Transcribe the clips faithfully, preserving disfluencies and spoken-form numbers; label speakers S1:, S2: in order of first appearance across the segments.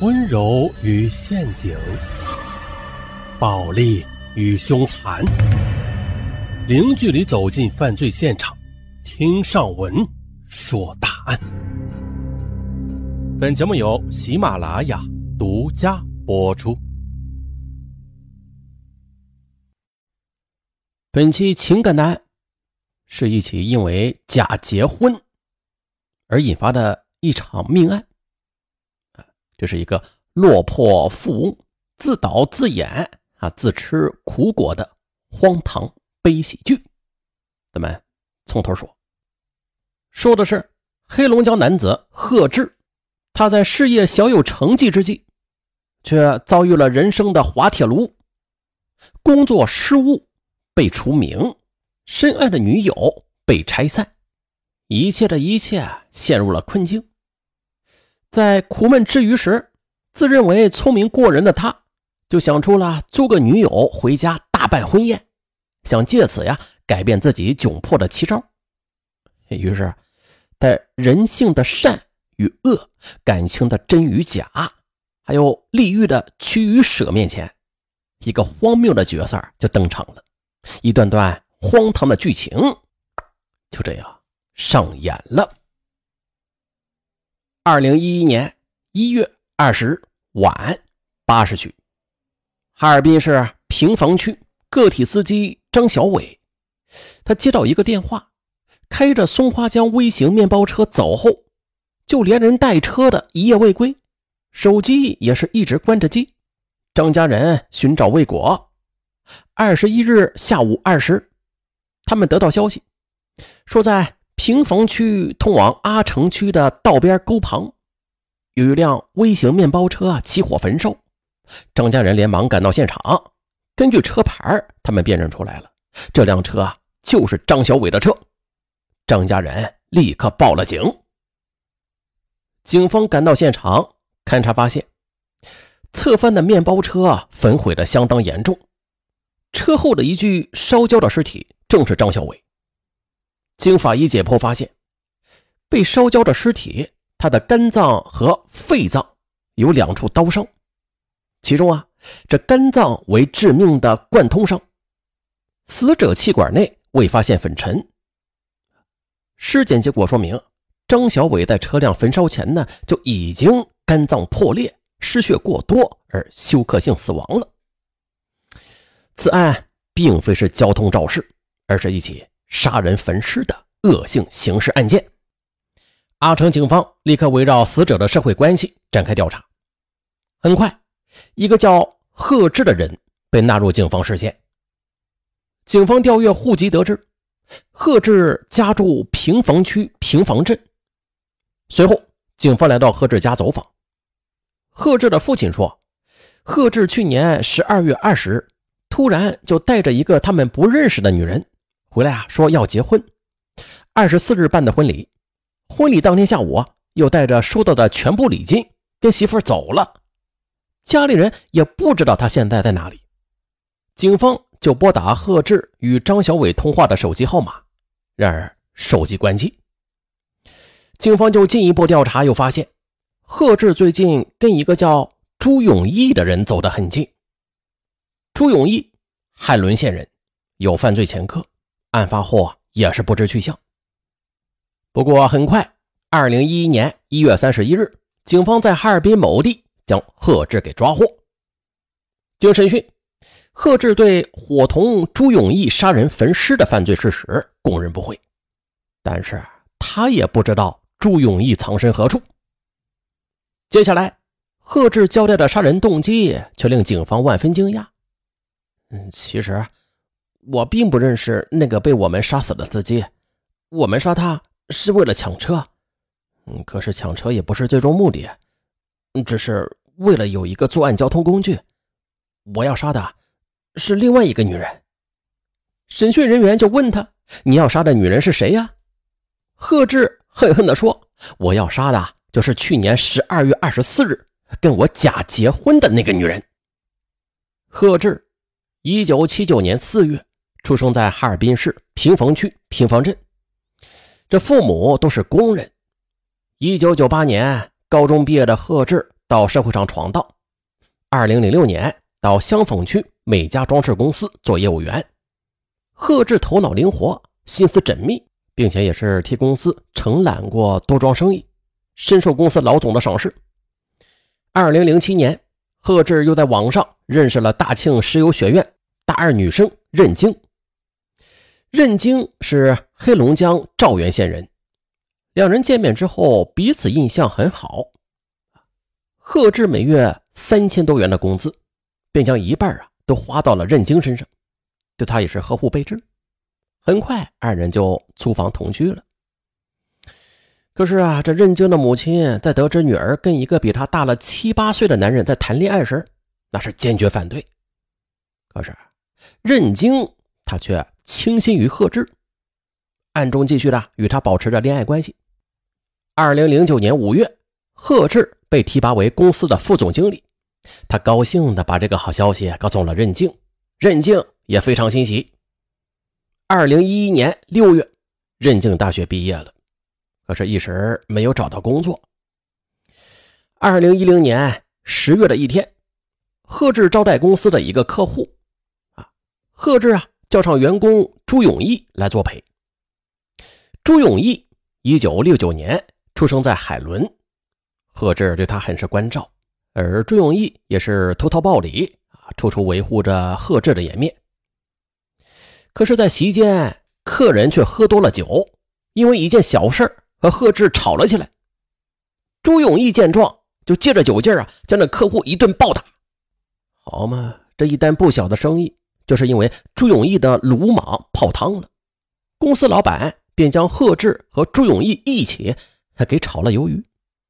S1: 温柔与陷阱，暴力与凶残，零距离走进犯罪现场，听上文说大案。本节目由喜马拉雅独家播出。
S2: 本期情感的案是一起因为假结婚而引发的一场命案。这是一个落魄富翁自导自演啊，自吃苦果的荒唐悲喜剧。咱们从头说。说的是黑龙江男子贺志，他在事业小有成绩之际，却遭遇了人生的滑铁卢，工作失误被除名，深爱的女友被拆散，一切的一切陷入了困境。在苦闷之余时，自认为聪明过人的他就想出了租个女友回家大办婚宴，想借此呀改变自己窘迫的奇招。于是在人性的善与恶，感情的真与假，还有利欲的取与舍面前，一个荒谬的角色就登场了，一段段荒唐的剧情就这样上演了。二零一一年一月二十日晚八时许，哈尔滨市平房区个体司机张小伟，他接到一个电话，开着松花江微型面包车走后，就连人带车的一夜未归，手机也是一直关着机。张家人寻找未果。二十一日下午二时，他们得到消息，说在平房区通往阿城区的道边沟旁，有一辆微型面包车起火焚烧。张家人连忙赶到现场，根据车牌他们辨认出来了，这辆车就是张小伟的车。张家人立刻报了警。警方赶到现场勘查，发现侧翻的面包车焚毁得相当严重，车后的一具烧焦的尸体正是张小伟。经法医解剖发现，被烧焦的尸体他的肝脏和肺脏有两处刀伤，其中啊，这肝脏为致命的贯通伤，死者气管内未发现粉尘。尸检结果说明，张小伟在车辆焚烧前呢就已经肝脏破裂，失血过多而休克性死亡了。此案并非是交通肇事，而是一起杀人焚尸的恶性刑事案件。阿城警方立刻围绕死者的社会关系展开调查。很快，一个叫贺志的人被纳入警方视线。警方调阅户籍得知，贺志家住平房区平房镇。随后警方来到贺志家走访。贺志的父亲说，贺志去年十二月二十日突然就带着一个他们不认识的女人回来啊，说要结婚。二十四日办的婚礼，婚礼当天下午啊，又带着收到的全部礼金跟媳妇儿走了。家里人也不知道他现在在哪里。警方就拨打贺志与张小伟通话的手机号码，然而手机关机。警方就进一步调查，又发现贺志最近跟一个叫朱永义的人走得很近。朱永义，汉伦县人，有犯罪前科，案发后啊也是不知去向。不过很快，二零一一年一月三十一日，警方在哈尔滨某地将贺志给抓获。经审讯，贺志对伙同朱永义杀人焚尸的犯罪事实供认不讳，但是他也不知道朱永义藏身何处。接下来，贺志交代的杀人动机却令警方万分惊讶。嗯，其实我并不认识那个被我们杀死的司机，我们杀他是为了抢车。嗯，可是抢车也不是最终目的，只是为了有一个作案交通工具。我要杀的是另外一个女人。审讯人员就问他，你要杀的女人是谁呀？贺志恨恨地说，我要杀的就是去年十二月二十四日跟我假结婚的那个女人。贺志一九七九年四月出生在哈尔滨市平房区平房镇，这父母都是工人。一九九八年高中毕业的贺志到社会上闯荡。二零零六年到香坊区美家装饰公司做业务员。贺志头脑灵活，心思缜密，并且也是替公司承揽过多桩生意，深受公司老总的赏识。二零零七年，贺志又在网上认识了大庆石油学院大二女生任京。任京是黑龙江肇源县人，两人见面之后彼此印象很好。贺志每月三千多元的工资，便将一半啊都花到了任京身上，对他也是呵护备至。很快二人就租房同居了。可是啊，这任京的母亲在得知女儿跟一个比他大了七八岁的男人在谈恋爱时，那是坚决反对。可是任京他却倾心于贺志，暗中继续的与他保持着恋爱关系。二零零九年五月，贺志被提拔为公司的副总经理，他高兴地把这个好消息告诉了任京，任京也非常欣喜。二零一一年六月，任京大学毕业了，可是一时没有找到工作。二零一零年十月的一天，贺志招待公司的一个客户啊，贺志啊叫上员工朱永义来作陪。朱永义一九六九年出生在海伦，贺志对他很是关照，而朱永义也是投桃报李啊，处处维护着贺志的颜面。可是在席间，客人却喝多了酒，因为一件小事和贺志吵了起来。朱永义见状，就借着酒劲啊，将那客户一顿暴打。好嘛，这一单不小的生意就是因为朱永义的鲁莽泡汤了。公司老板便将贺志和朱永义一起给炒了鱿鱼。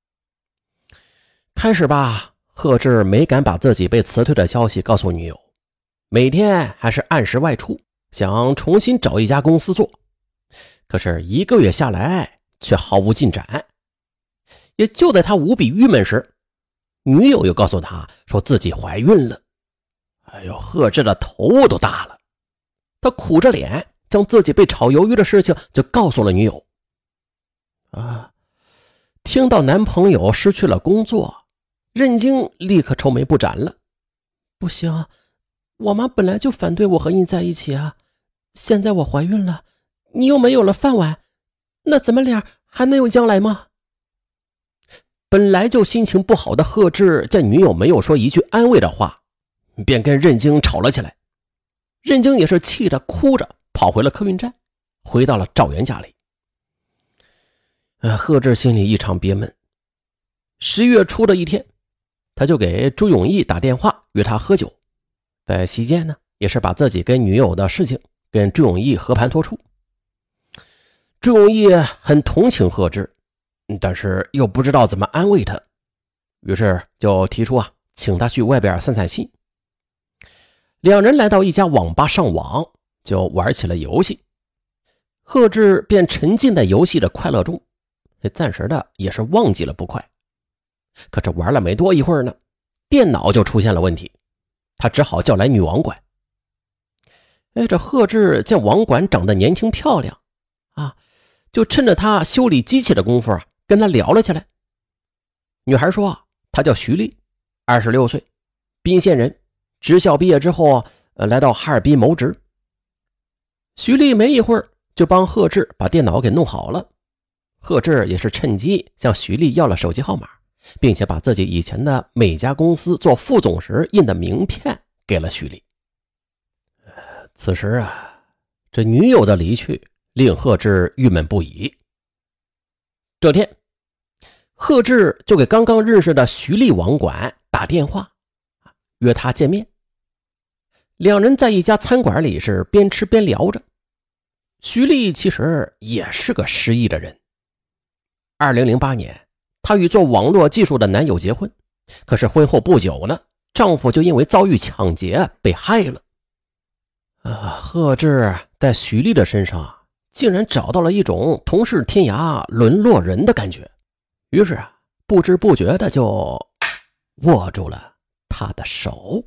S2: 开始吧，贺志没敢把自己被辞退的消息告诉女友，每天还是按时外出，想重新找一家公司做。可是一个月下来却毫无进展。也就在他无比郁闷时，女友又告诉他说自己怀孕了。哎呦，贺志的头都大了，他苦着脸将自己被炒鱿鱼的事情就告诉了女友。啊，听到男朋友失去了工作，任京立刻愁眉不展了。不行，我妈本来就反对我和你在一起啊，现在我怀孕了，你又没有了饭碗，那咱们俩还能有将来吗？本来就心情不好的贺志见女友没有说一句安慰的话，便跟任京吵了起来。任京也是气得哭着跑回了客运站，回到了赵源家里。呃，贺志心里异常憋闷。十月初的一天，他就给朱永义打电话约他喝酒，在席间呢，也是把自己跟女友的事情跟朱永义和盘托出。朱永义很同情贺志，但是又不知道怎么安慰他，于是就提出啊，请他去外边散散心。两人来到一家网吧上网，就玩起了游戏。贺志便沉浸在游戏的快乐中，暂时的也是忘记了不快。可这玩了没多一会儿呢，电脑就出现了问题，他只好叫来女网管。哎，这贺志见网管长得年轻漂亮啊，就趁着他修理机器的功夫啊，跟他聊了起来。女孩说她叫徐丽，二十六岁，宾县人，职校毕业之后呃，来到哈尔滨谋职。徐丽没一会儿就帮贺志把电脑给弄好了。贺志也是趁机向徐丽要了手机号码，并且把自己以前的每家公司做副总时印的名片给了徐丽。此时啊，这女友的离去令贺志郁闷不已。这天，贺志就给刚刚认识的徐丽网管打电话，约他见面。两人在一家餐馆里是边吃边聊着。徐丽其实也是个失意的人。二零零八年，她与做网络技术的男友结婚，可是婚后不久呢，丈夫就因为遭遇抢劫被害了。啊，贺志在徐丽的身上竟然找到了一种同是天涯沦落人的感觉，于是啊，不知不觉的就握住了她的手。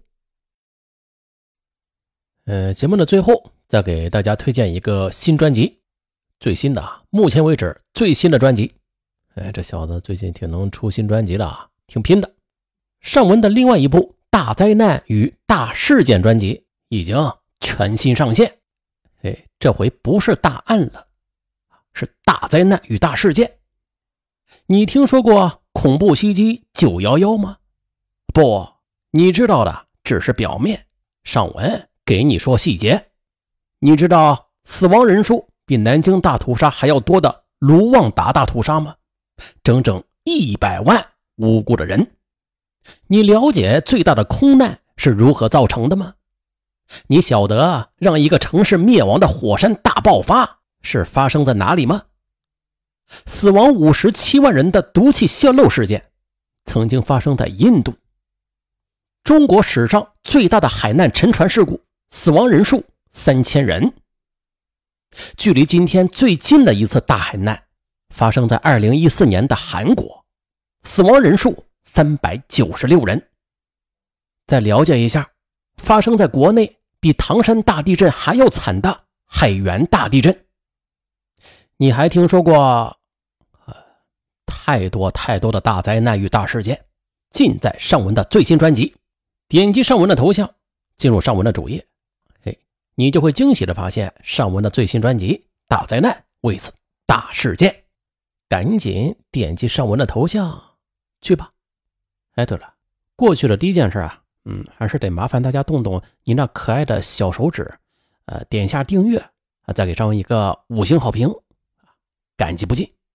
S2: 呃，节目的最后再给大家推荐一个新专辑，最新的，目前为止最新的专辑。哎，这小子最近挺能出新专辑的啊，挺拼的。 尚文的另外一部《大灾难与大事件》专辑已经全新上线。哎，这回不是大案了，是大灾难与大事件。你听说过恐怖袭击九一一吗？不，你知道的只是表面，尚文给你说细节。你知道死亡人数比南京大屠杀还要多的卢旺达大屠杀吗？整整一百万无辜的人。你了解最大的空难是如何造成的吗？你晓得让一个城市灭亡的火山大爆发是发生在哪里吗？死亡五十七万人的毒气泄漏事件曾经发生在印度。中国史上最大的海难沉船事故，死亡人数三千人。距离今天最近的一次大海难发生在二零一四年的韩国，死亡人数三百九十六人。再了解一下发生在国内比唐山大地震还要惨的海原大地震。你还听说过、呃、太多太多的大灾难与大事件，尽在尚文的最新专辑。点击尚文的头像，进入尚文的主页，嘿，你就会惊喜的发现尚文的最新专辑《大灾难 with 大事件》。赶紧点击尚文的头像去吧。哎，对了，过去的第一件事啊，嗯，还是得麻烦大家动动你那可爱的小手指，呃，点一下订阅，再给尚文一个五星好评，感激不尽。